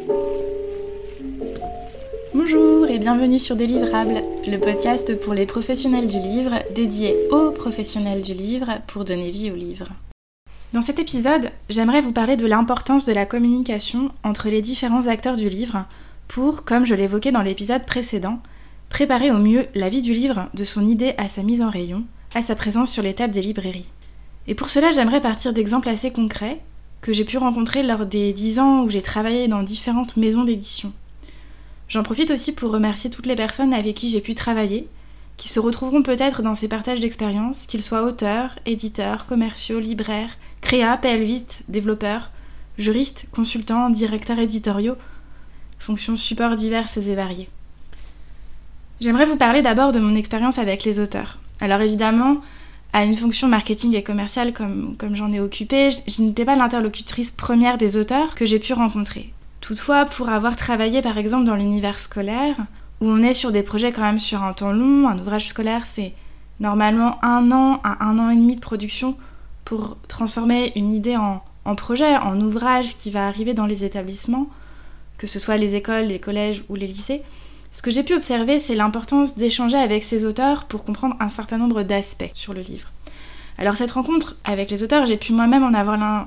Bonjour et bienvenue sur Délivrables, le podcast pour les professionnels du livre, dédié aux professionnels du livre pour donner vie au livre. Dans cet épisode, j'aimerais vous parler de l'importance de la communication entre les différents acteurs du livre pour, comme je l'évoquais dans l'épisode précédent, préparer au mieux la vie du livre de son idée à sa mise en rayon, à sa présence sur les tables des librairies. Et pour cela, j'aimerais partir d'exemples assez concrets que j'ai pu rencontrer lors des 10 ans où j'ai travaillé dans différentes maisons d'édition. J'en profite aussi pour remercier toutes les personnes avec qui j'ai pu travailler, qui se retrouveront peut-être dans ces partages d'expériences, qu'ils soient auteurs, éditeurs, commerciaux, libraires, créa, PLvistes, développeurs, juristes, consultants, directeurs éditoriaux, fonctions supports diverses et variées. J'aimerais vous parler d'abord de mon expérience avec les auteurs. Alors évidemment, à une fonction marketing et commerciale comme j'en ai occupé, je n'étais pas l'interlocutrice première des auteurs que j'ai pu rencontrer. Toutefois, pour avoir travaillé par exemple dans l'univers scolaire, où on est sur des projets quand même sur un temps long, un ouvrage scolaire c'est normalement 1 an à 1 an et demi de production pour transformer une idée en projet, en ouvrage qui va arriver dans les établissements, que ce soit les écoles, les collèges ou les lycées. Ce que j'ai pu observer, c'est l'importance d'échanger avec ces auteurs pour comprendre un certain nombre d'aspects sur le livre. Alors cette rencontre avec les auteurs, j'ai pu moi-même en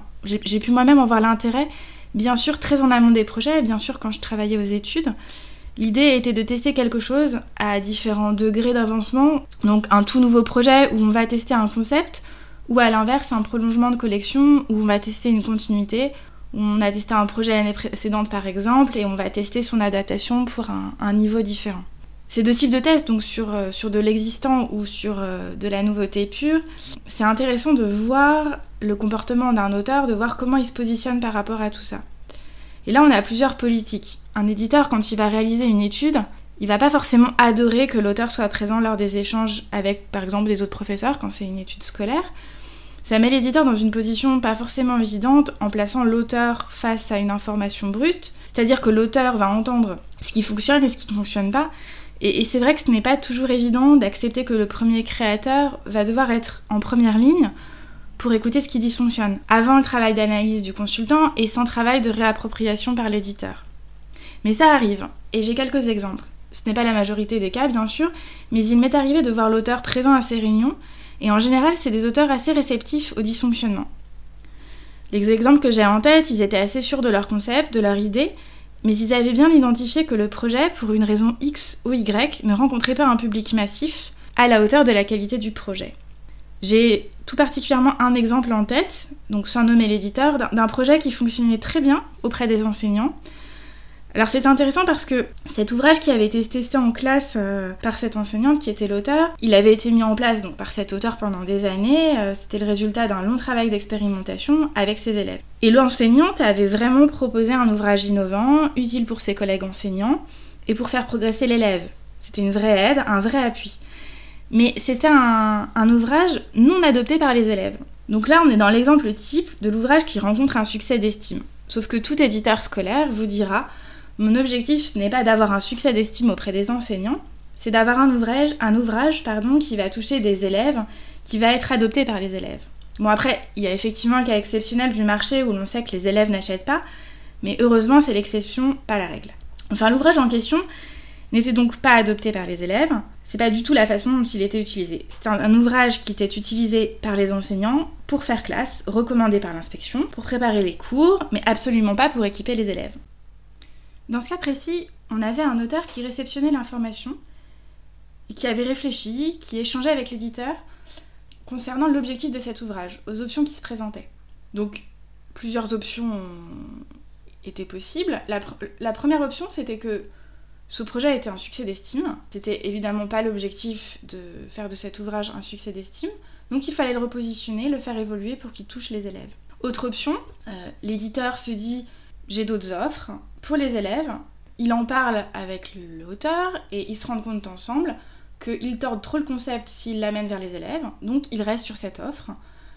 voir l'intérêt, bien sûr très en amont des projets, bien sûr quand je travaillais aux études. L'idée était de tester quelque chose à différents degrés d'avancement, donc un tout nouveau projet où on va tester un concept, ou à l'inverse un prolongement de collection où on va tester une continuité. On a testé un projet l'année précédente par exemple et on va tester son adaptation pour un niveau différent. Ces 2 types de tests, donc sur de l'existant ou sur de la nouveauté pure, c'est intéressant de voir le comportement d'un auteur, de voir comment il se positionne par rapport à tout ça. Et là on a plusieurs politiques. Un éditeur, quand il va réaliser une étude, il va pas forcément adorer que l'auteur soit présent lors des échanges avec par exemple les autres professeurs quand c'est une étude scolaire. Ça met l'éditeur dans une position pas forcément évidente en plaçant l'auteur face à une information brute, c'est-à-dire que l'auteur va entendre ce qui fonctionne et ce qui ne fonctionne pas, et c'est vrai que ce n'est pas toujours évident d'accepter que le premier créateur va devoir être en première ligne pour écouter ce qui dysfonctionne, avant le travail d'analyse du consultant et sans travail de réappropriation par l'éditeur. Mais ça arrive, et j'ai quelques exemples. Ce n'est pas la majorité des cas, bien sûr, mais il m'est arrivé de voir l'auteur présent à ces réunions. Et en général, c'est des auteurs assez réceptifs au dysfonctionnement. Les exemples que j'ai en tête, ils étaient assez sûrs de leur concept, de leur idée, mais ils avaient bien identifié que le projet, pour une raison X ou Y, ne rencontrait pas un public massif à la hauteur de la qualité du projet. J'ai tout particulièrement un exemple en tête, donc sans nommer l'éditeur, d'un projet qui fonctionnait très bien auprès des enseignants. Alors c'est intéressant parce que cet ouvrage qui avait été testé en classe par cette enseignante qui était l'auteur, il avait été mis en place donc par cet auteur pendant des années, c'était le résultat d'un long travail d'expérimentation avec ses élèves. Et l'enseignante avait vraiment proposé un ouvrage innovant, utile pour ses collègues enseignants et pour faire progresser l'élève. C'était une vraie aide, un vrai appui. Mais c'était un ouvrage non adopté par les élèves. Donc là on est dans l'exemple type de l'ouvrage qui rencontre un succès d'estime. Sauf que tout éditeur scolaire vous dira: mon objectif, ce n'est pas d'avoir un succès d'estime auprès des enseignants, c'est d'avoir un ouvrage qui va toucher des élèves, qui va être adopté par les élèves. Bon après, il y a effectivement un cas exceptionnel du marché où l'on sait que les élèves n'achètent pas, mais heureusement c'est l'exception, pas la règle. Enfin l'ouvrage en question n'était donc pas adopté par les élèves, c'est pas du tout la façon dont il était utilisé. C'était un ouvrage qui était utilisé par les enseignants pour faire classe, recommandé par l'inspection, pour préparer les cours, mais absolument pas pour équiper les élèves. Dans ce cas précis, on avait un auteur qui réceptionnait l'information et qui avait réfléchi, qui échangeait avec l'éditeur concernant l'objectif de cet ouvrage, aux options qui se présentaient. Donc, plusieurs options étaient possibles. La première option, c'était que ce projet était un succès d'estime. C'était évidemment pas l'objectif de faire de cet ouvrage un succès d'estime, donc il fallait le repositionner, le faire évoluer pour qu'il touche les élèves. Autre option, l'éditeur se dit: j'ai d'autres offres pour les élèves, il en parle avec l'auteur et ils se rendent compte ensemble qu'il tord trop le concept s'il l'amène vers les élèves, donc il reste sur cette offre,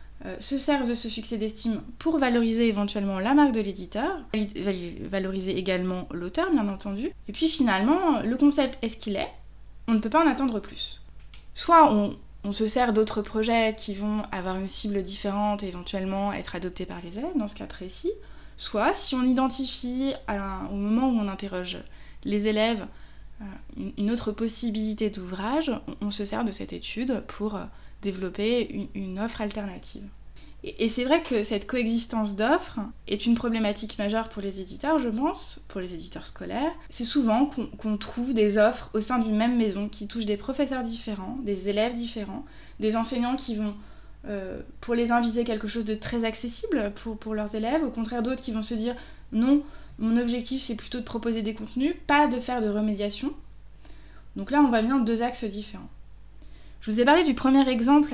se servent de ce succès d'estime pour valoriser éventuellement la marque de l'éditeur, valoriser également l'auteur bien entendu, et puis finalement le concept est ce qu'il est, on ne peut pas en attendre plus. Soit on se sert d'autres projets qui vont avoir une cible différente et éventuellement être adoptés par les élèves dans ce cas précis, Soit, si on identifie au moment où on interroge les élèves une autre possibilité d'ouvrage, on se sert de cette étude pour développer une offre alternative. Et c'est vrai que cette coexistence d'offres est une problématique majeure pour les éditeurs, je pense, pour les éditeurs scolaires. C'est souvent qu'on trouve des offres au sein d'une même maison qui touchent des professeurs différents, des élèves différents, des enseignants qui vont, pour les uns, viser quelque chose de très accessible pour leurs élèves, au contraire d'autres qui vont se dire « Non, mon objectif c'est plutôt de proposer des contenus, pas de faire de remédiation ». Donc là, on va bien dans 2 axes différents. Je vous ai parlé du premier exemple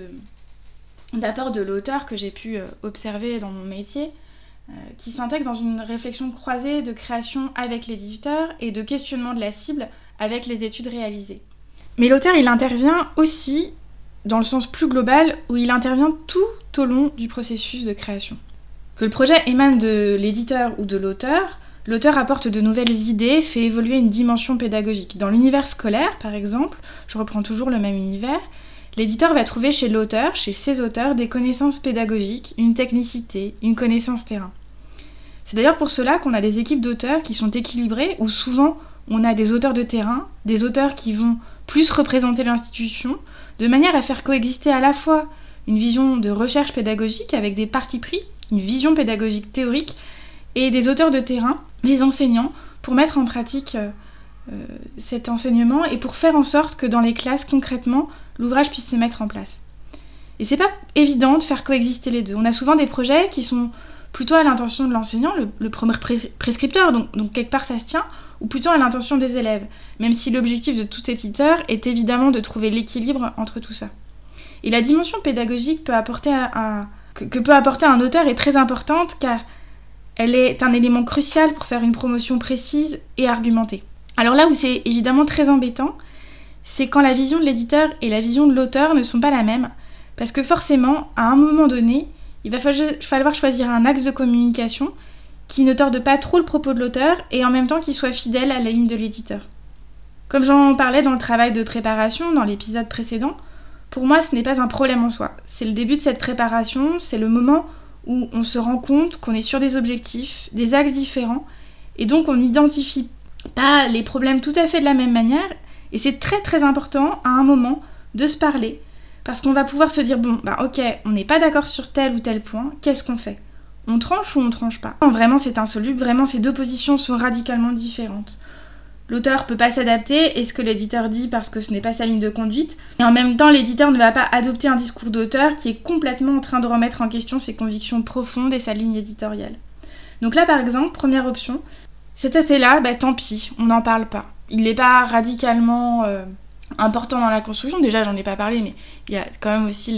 d'apport de l'auteur que j'ai pu observer dans mon métier, qui s'intègre dans une réflexion croisée de création avec l'éditeur et de questionnement de la cible avec les études réalisées. Mais l'auteur, il intervient aussi dans le sens plus global, où il intervient tout au long du processus de création. Que le projet émane de l'éditeur ou de l'auteur, l'auteur apporte de nouvelles idées, fait évoluer une dimension pédagogique. Dans l'univers scolaire, par exemple, je reprends toujours le même univers, l'éditeur va trouver chez l'auteur, chez ses auteurs, des connaissances pédagogiques, une technicité, une connaissance terrain. C'est d'ailleurs pour cela qu'on a des équipes d'auteurs qui sont équilibrées, où souvent on a des auteurs de terrain, des auteurs qui vont plus représenter l'institution, de manière à faire coexister à la fois une vision de recherche pédagogique avec des partis pris, une vision pédagogique théorique, et des auteurs de terrain, des enseignants, pour mettre en pratique cet enseignement et pour faire en sorte que dans les classes, concrètement, l'ouvrage puisse se mettre en place. Et c'est pas évident de faire coexister les deux. On a souvent des projets qui sont plutôt à l'intention de l'enseignant, le premier prescripteur, donc quelque part ça se tient, ou plutôt à l'intention des élèves, même si l'objectif de tout éditeur est évidemment de trouver l'équilibre entre tout ça. Et la dimension pédagogique que peut apporter un auteur est très importante, car elle est un élément crucial pour faire une promotion précise et argumentée. Alors là où c'est évidemment très embêtant, c'est quand la vision de l'éditeur et la vision de l'auteur ne sont pas la même, parce que forcément, à un moment donné, il va falloir choisir un axe de communication qui ne torde pas trop le propos de l'auteur et en même temps qui soit fidèle à la ligne de l'éditeur. Comme j'en parlais dans le travail de préparation, dans l'épisode précédent, pour moi ce n'est pas un problème en soi. C'est le début de cette préparation, c'est le moment où on se rend compte qu'on est sur des objectifs, des axes différents, et donc on n'identifie pas les problèmes tout à fait de la même manière, et c'est très très important à un moment de se parler, parce qu'on va pouvoir se dire, bon, ok, on n'est pas d'accord sur tel ou tel point, qu'est-ce qu'on fait ? On tranche ou on tranche pas ? Vraiment c'est insoluble, vraiment ces deux positions sont radicalement différentes. L'auteur peut pas s'adapter, et ce que l'éditeur dit parce que ce n'est pas sa ligne de conduite, et en même temps l'éditeur ne va pas adopter un discours d'auteur qui est complètement en train de remettre en question ses convictions profondes et sa ligne éditoriale. Donc là par exemple, première option, cet effet-là, tant pis, on n'en parle pas. Il n'est pas radicalement important dans la construction, déjà j'en ai pas parlé, mais il y a quand même aussi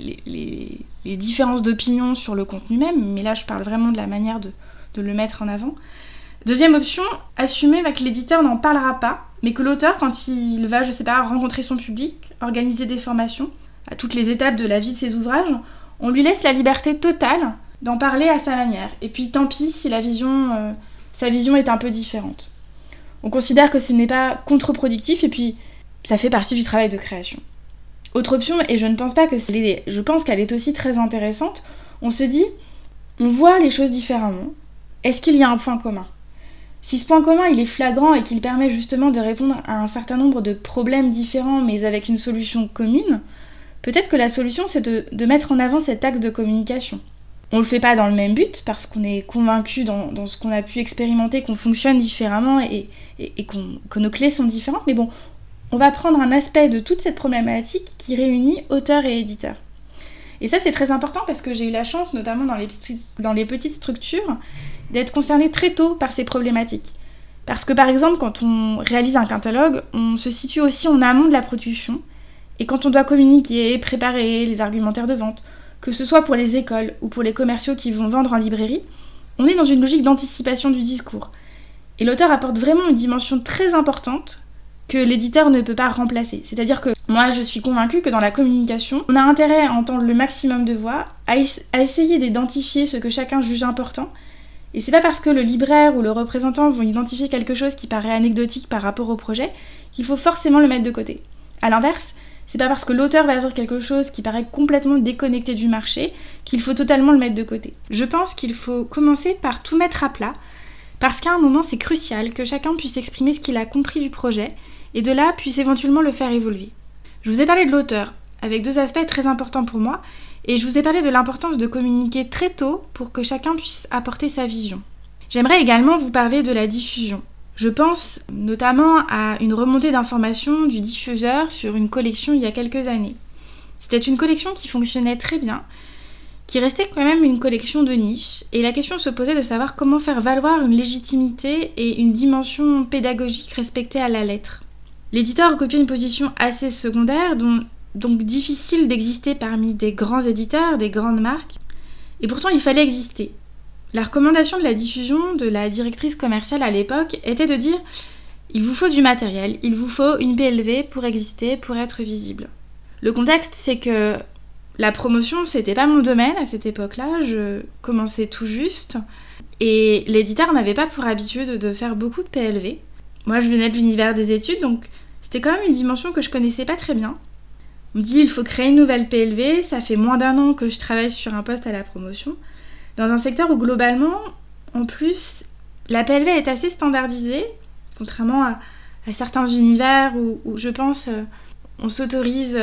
les différences d'opinion sur le contenu même, mais là je parle vraiment de la manière de le mettre en avant. Deuxième option, assumer que l'éditeur n'en parlera pas, mais que l'auteur, quand il va, rencontrer son public, organiser des formations, à toutes les étapes de la vie de ses ouvrages, on lui laisse la liberté totale d'en parler à sa manière. Et puis tant pis si sa vision est un peu différente. On considère que ce n'est pas contre-productif, et puis ça fait partie du travail de création. Autre option, et je pense qu'elle est aussi très intéressante, on se dit, on voit les choses différemment, est-ce qu'il y a un point commun ? Si ce point commun il est flagrant et qu'il permet justement de répondre à un certain nombre de problèmes différents mais avec une solution commune, peut-être que la solution c'est de mettre en avant cet axe de communication. On le fait pas dans le même but parce qu'on est convaincu dans ce qu'on a pu expérimenter qu'on fonctionne différemment et que nos clés sont différentes, mais bon, on va prendre un aspect de toute cette problématique qui réunit auteur et éditeur. Et ça c'est très important parce que j'ai eu la chance, notamment dans les petites structures, d'être concernée très tôt par ces problématiques. Parce que par exemple, quand on réalise un catalogue, on se situe aussi en amont de la production, et quand on doit communiquer, préparer les argumentaires de vente, que ce soit pour les écoles ou pour les commerciaux qui vont vendre en librairie, on est dans une logique d'anticipation du discours. Et l'auteur apporte vraiment une dimension très importante que l'éditeur ne peut pas remplacer. C'est-à-dire que moi, je suis convaincue que dans la communication, on a intérêt à entendre le maximum de voix, à essayer d'identifier ce que chacun juge important. Et c'est pas parce que le libraire ou le représentant vont identifier quelque chose qui paraît anecdotique par rapport au projet qu'il faut forcément le mettre de côté. À l'inverse, C'est pas parce que l'auteur va dire quelque chose qui paraît complètement déconnecté du marché qu'il faut totalement le mettre de côté. Je pense qu'il faut commencer par tout mettre à plat, parce qu'à un moment c'est crucial que chacun puisse exprimer ce qu'il a compris du projet, et de là puisse éventuellement le faire évoluer. Je vous ai parlé de l'auteur, avec 2 aspects très importants pour moi, et je vous ai parlé de l'importance de communiquer très tôt pour que chacun puisse apporter sa vision. J'aimerais également vous parler de la diffusion. Je pense notamment à une remontée d'informations du diffuseur sur une collection il y a quelques années. C'était une collection qui fonctionnait très bien, qui restait quand même une collection de niche, et la question se posait de savoir comment faire valoir une légitimité et une dimension pédagogique respectée à la lettre. L'éditeur occupait une position assez secondaire, donc difficile d'exister parmi des grands éditeurs, des grandes marques, et pourtant il fallait exister. La recommandation de la diffusion de la directrice commerciale à l'époque était de dire « Il vous faut du matériel, il vous faut une PLV pour exister, pour être visible ». Le contexte, c'est que la promotion, c'était pas mon domaine à cette époque-là, je commençais tout juste, et l'éditeur n'avait pas pour habitude de faire beaucoup de PLV. Moi, je venais de l'univers des études, donc c'était quand même une dimension que je connaissais pas très bien. On me dit « Il faut créer une nouvelle PLV, ça fait moins d'1 an que je travaille sur un poste à la promotion ». Dans un secteur où globalement, en plus, la PLV est assez standardisée, contrairement à certains univers où je pense on s'autorise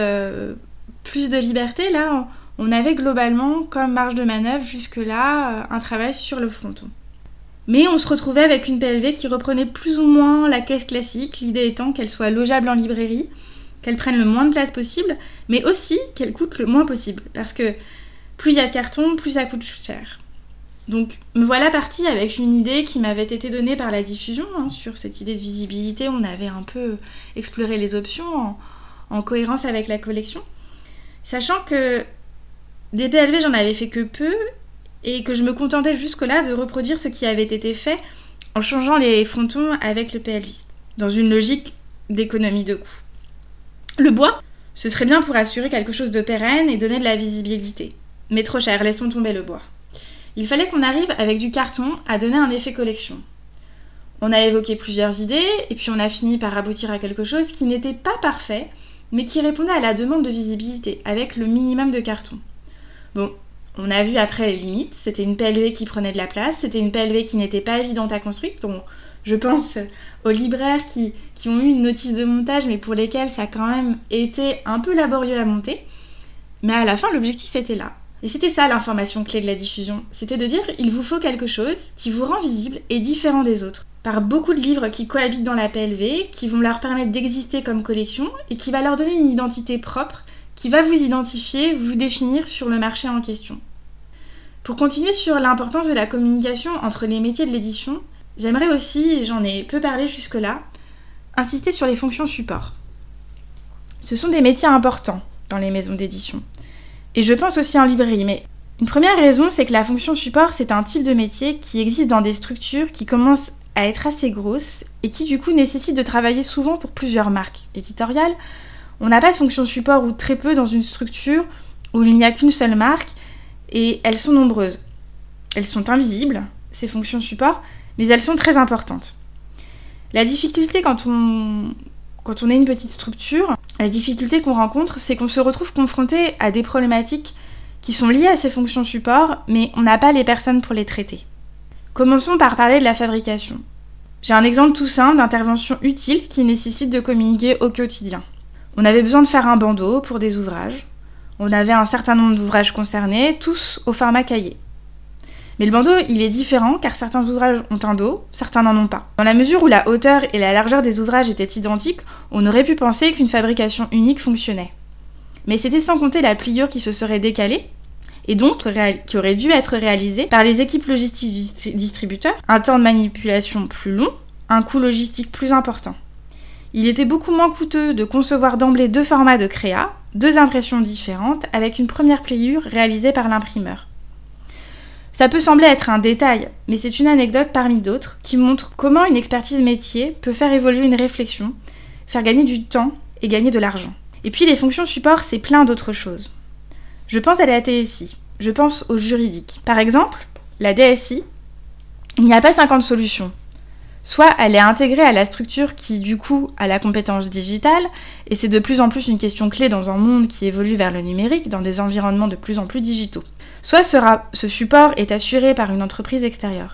plus de liberté, là on avait globalement comme marge de manœuvre jusque-là un travail sur le fronton. Mais on se retrouvait avec une PLV qui reprenait plus ou moins la caisse classique, l'idée étant qu'elle soit logeable en librairie, qu'elle prenne le moins de place possible, mais aussi qu'elle coûte le moins possible, parce que plus il y a de carton, plus ça coûte cher. Donc me voilà partie avec une idée qui m'avait été donnée par la diffusion, sur cette idée de visibilité, on avait un peu exploré les options en cohérence avec la collection, sachant que des PLV j'en avais fait que peu, et que je me contentais jusque-là de reproduire ce qui avait été fait en changeant les frontons avec le PLViste, dans une logique d'économie de coût. Le bois, ce serait bien pour assurer quelque chose de pérenne et donner de la visibilité. Mais trop cher, laissons tomber le bois. Il fallait qu'on arrive avec du carton à donner un effet collection. On a évoqué plusieurs idées, et puis on a fini par aboutir à quelque chose qui n'était pas parfait, mais qui répondait à la demande de visibilité, avec le minimum de carton. Bon, on a vu après les limites, c'était une PLV qui prenait de la place, c'était une PLV qui n'était pas évidente à construire, donc je pense aux libraires qui ont eu une notice de montage, mais pour lesquels ça a quand même été un peu laborieux à monter. Mais à la fin, l'objectif était là. Et c'était ça l'information clé de la diffusion. C'était de dire, il vous faut quelque chose qui vous rend visible et différent des autres. Par beaucoup de livres qui cohabitent dans la PLV, qui vont leur permettre d'exister comme collection et qui va leur donner une identité propre, qui va vous identifier, vous définir sur le marché en question. Pour continuer sur l'importance de la communication entre les métiers de l'édition, j'aimerais aussi, et j'en ai peu parlé jusque-là, insister sur les fonctions support. Ce sont des métiers importants dans les maisons d'édition. Et je pense aussi en librairie, mais une première raison, c'est que la fonction support, c'est un type de métier qui existe dans des structures qui commencent à être assez grosses et qui du coup nécessitent de travailler souvent pour plusieurs marques éditoriales. On n'a pas de fonction support ou très peu dans une structure où il n'y a qu'une seule marque et elles sont nombreuses. Elles sont invisibles, ces fonctions support, mais elles sont très importantes. La difficulté quand on est une petite structure, la difficulté qu'on rencontre, c'est qu'on se retrouve confronté à des problématiques qui sont liées à ces fonctions support, mais on n'a pas les personnes pour les traiter. Commençons par parler de la fabrication. J'ai un exemple tout simple d'intervention utile qui nécessite de communiquer au quotidien. On avait besoin de faire un bandeau pour des ouvrages. On avait un certain nombre d'ouvrages concernés, tous au format cahier. Mais le bandeau, il est différent car certains ouvrages ont un dos, certains n'en ont pas. Dans la mesure où la hauteur et la largeur des ouvrages étaient identiques, on aurait pu penser qu'une fabrication unique fonctionnait. Mais c'était sans compter la pliure qui se serait décalée, et donc qui aurait dû être réalisée par les équipes logistiques du distributeur, un temps de manipulation plus long, un coût logistique plus important. Il était beaucoup moins coûteux de concevoir d'emblée 2 formats de créa, 2 impressions différentes, avec une première pliure réalisée par l'imprimeur. Ça peut sembler être un détail, mais c'est une anecdote parmi d'autres qui montre comment une expertise métier peut faire évoluer une réflexion, faire gagner du temps et gagner de l'argent. Et puis les fonctions support, c'est plein d'autres choses. Je pense à la TSI, je pense au juridique. Par exemple, la DSI, il n'y a pas 50 solutions. Soit elle est intégrée à la structure qui, du coup, a la compétence digitale, et c'est de plus en plus une question clé dans un monde qui évolue vers le numérique, dans des environnements de plus en plus digitaux. Soit ce support est assuré par une entreprise extérieure.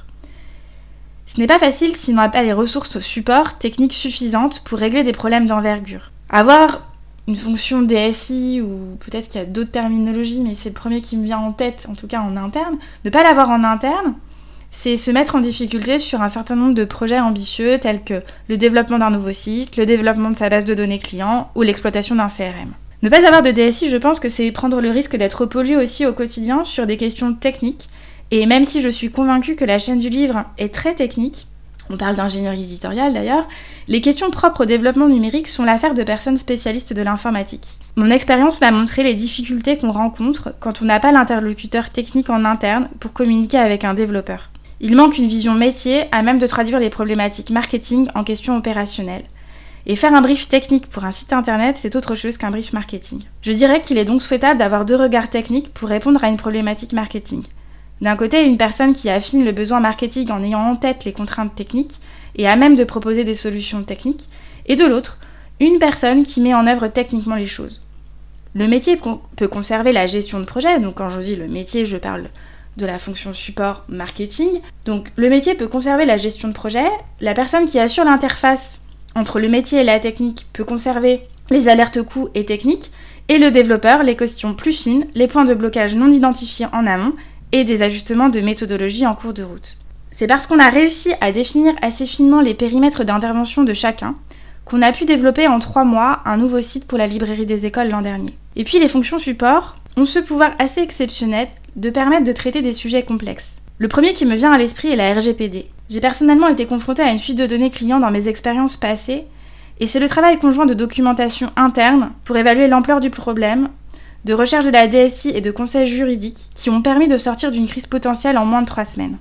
Ce n'est pas facile si on n'a pas les ressources support techniques suffisantes pour régler des problèmes d'envergure. Avoir une fonction DSI, ou peut-être qu'il y a d'autres terminologies, mais c'est le premier qui me vient en tête, en tout cas en interne, ne pas l'avoir en interne, c'est se mettre en difficulté sur un certain nombre de projets ambitieux tels que le développement d'un nouveau site, le développement de sa base de données client ou l'exploitation d'un CRM. Ne pas avoir de DSI, je pense que c'est prendre le risque d'être pollué aussi au quotidien sur des questions techniques, et même si je suis convaincue que la chaîne du livre est très technique, on parle d'ingénierie éditoriale d'ailleurs, les questions propres au développement numérique sont l'affaire de personnes spécialistes de l'informatique. Mon expérience m'a montré les difficultés qu'on rencontre quand on n'a pas l'interlocuteur technique en interne pour communiquer avec un développeur. Il manque une vision métier à même de traduire les problématiques marketing en questions opérationnelles. Et faire un brief technique pour un site internet, c'est autre chose qu'un brief marketing. Je dirais qu'il est donc souhaitable d'avoir 2 regards techniques pour répondre à une problématique marketing. D'un côté, une personne qui affine le besoin marketing en ayant en tête les contraintes techniques et à même de proposer des solutions techniques, et de l'autre, une personne qui met en œuvre techniquement les choses. Le métier peut conserver la gestion de projet, donc quand je dis le métier, je parle de la fonction support marketing. Donc le métier peut conserver la gestion de projet, la personne qui assure l'interface entre le métier et la technique peut conserver les alertes coûts et techniques, et le développeur les questions plus fines, les points de blocage non identifiés en amont et des ajustements de méthodologie en cours de route. C'est parce qu'on a réussi à définir assez finement les périmètres d'intervention de chacun qu'on a pu développer en 3 mois un nouveau site pour la librairie des écoles l'an dernier. Et puis les fonctions support ont ce pouvoir assez exceptionnel de permettre de traiter des sujets complexes. Le premier qui me vient à l'esprit est la RGPD. J'ai personnellement été confrontée à une fuite de données clients dans mes expériences passées, et c'est le travail conjoint de documentation interne pour évaluer l'ampleur du problème, de recherche de la DSI et de conseils juridiques qui ont permis de sortir d'une crise potentielle en moins de 3 semaines.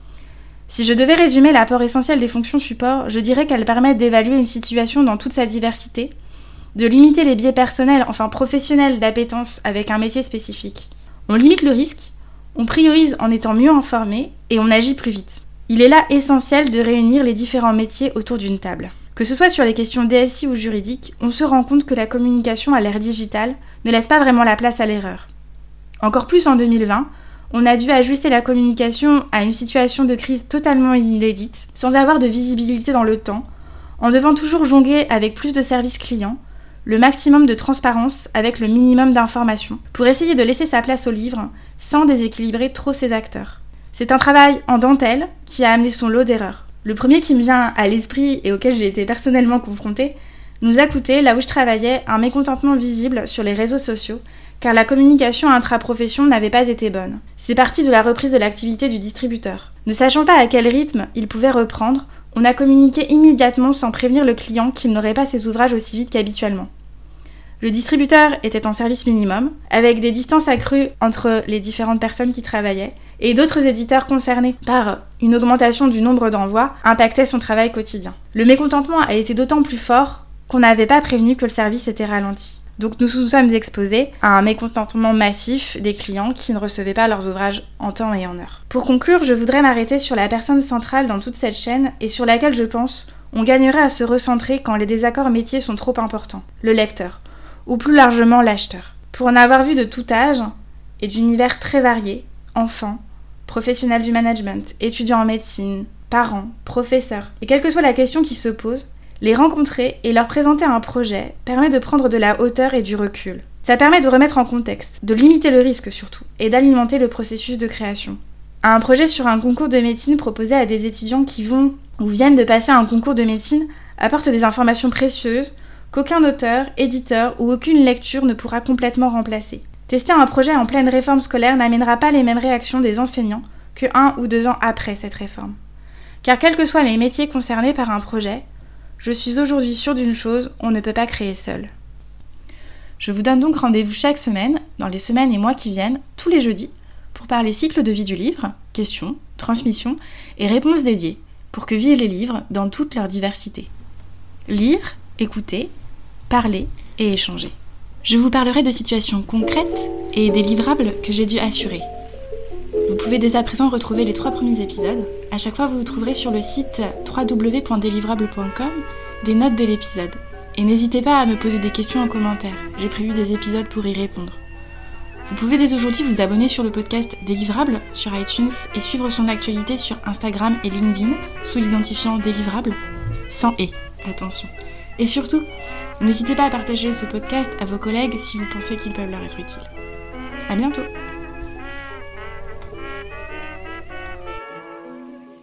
Si je devais résumer l'apport essentiel des fonctions support, je dirais qu'elles permettent d'évaluer une situation dans toute sa diversité, de limiter les biais personnels, enfin professionnels d'appétence avec un métier spécifique. On limite le risque, on priorise en étant mieux informé et on agit plus vite. Il est là essentiel de réunir les différents métiers autour d'une table. Que ce soit sur les questions DSI ou juridiques, on se rend compte que la communication à l'ère digitale ne laisse pas vraiment la place à l'erreur. Encore plus en 2020, on a dû ajuster la communication à une situation de crise totalement inédite, sans avoir de visibilité dans le temps, en devant toujours jongler avec plus de services clients, le maximum de transparence avec le minimum d'informations, pour essayer de laisser sa place au livre sans déséquilibrer trop ses acteurs. C'est un travail en dentelle qui a amené son lot d'erreurs. Le premier qui me vient à l'esprit et auquel j'ai été personnellement confrontée nous a coûté, là où je travaillais, un mécontentement visible sur les réseaux sociaux, car la communication intra-profession n'avait pas été bonne. C'est parti de la reprise de l'activité du distributeur. Ne sachant pas à quel rythme il pouvait reprendre, on a communiqué immédiatement sans prévenir le client qu'il n'aurait pas ses ouvrages aussi vite qu'habituellement. Le distributeur était en service minimum, avec des distances accrues entre les différentes personnes qui travaillaient, et d'autres éditeurs concernés par une augmentation du nombre d'envois impactaient son travail quotidien. Le mécontentement a été d'autant plus fort qu'on n'avait pas prévenu que le service était ralenti. Donc nous nous sommes exposés à un mécontentement massif des clients qui ne recevaient pas leurs ouvrages en temps et en heure. Pour conclure, je voudrais m'arrêter sur la personne centrale dans toute cette chaîne et sur laquelle je pense on gagnerait à se recentrer quand les désaccords métiers sont trop importants. Le lecteur, ou plus largement l'acheteur. Pour en avoir vu de tout âge et d'univers très variés, enfants, professionnels du management, étudiants en médecine, parents, professeurs, et quelle que soit la question qui se pose, les rencontrer et leur présenter un projet permet de prendre de la hauteur et du recul. Ça permet de remettre en contexte, de limiter le risque surtout, et d'alimenter le processus de création. Un projet sur un concours de médecine proposé à des étudiants qui vont ou viennent de passer un concours de médecine apporte des informations précieuses qu'aucun auteur, éditeur ou aucune lecture ne pourra complètement remplacer. Tester un projet en pleine réforme scolaire n'amènera pas les mêmes réactions des enseignants que 1 ou 2 ans après cette réforme. Car quels que soient les métiers concernés par un projet, je suis aujourd'hui sûre d'une chose, on ne peut pas créer seul. Je vous donne donc rendez-vous chaque semaine, dans les semaines et mois qui viennent, tous les jeudis, pour parler cycle de vie du livre, questions, transmissions et réponses dédiées, pour que vivent les livres dans toute leur diversité. Lire, écouter, parler et échanger. Je vous parlerai de situations concrètes et des livrables que j'ai dû assurer. Vous pouvez dès à présent retrouver les 3 premiers épisodes À chaque fois, vous trouverez sur le site www.delivrable.com des notes de l'épisode. Et n'hésitez pas à me poser des questions en commentaire, j'ai prévu des épisodes pour y répondre. Vous pouvez dès aujourd'hui vous abonner sur le podcast Délivrable sur iTunes et suivre son actualité sur Instagram et LinkedIn sous l'identifiant Délivrable, sans « et », attention. Et surtout, n'hésitez pas à partager ce podcast à vos collègues si vous pensez qu'ils peuvent leur être utiles. À bientôt!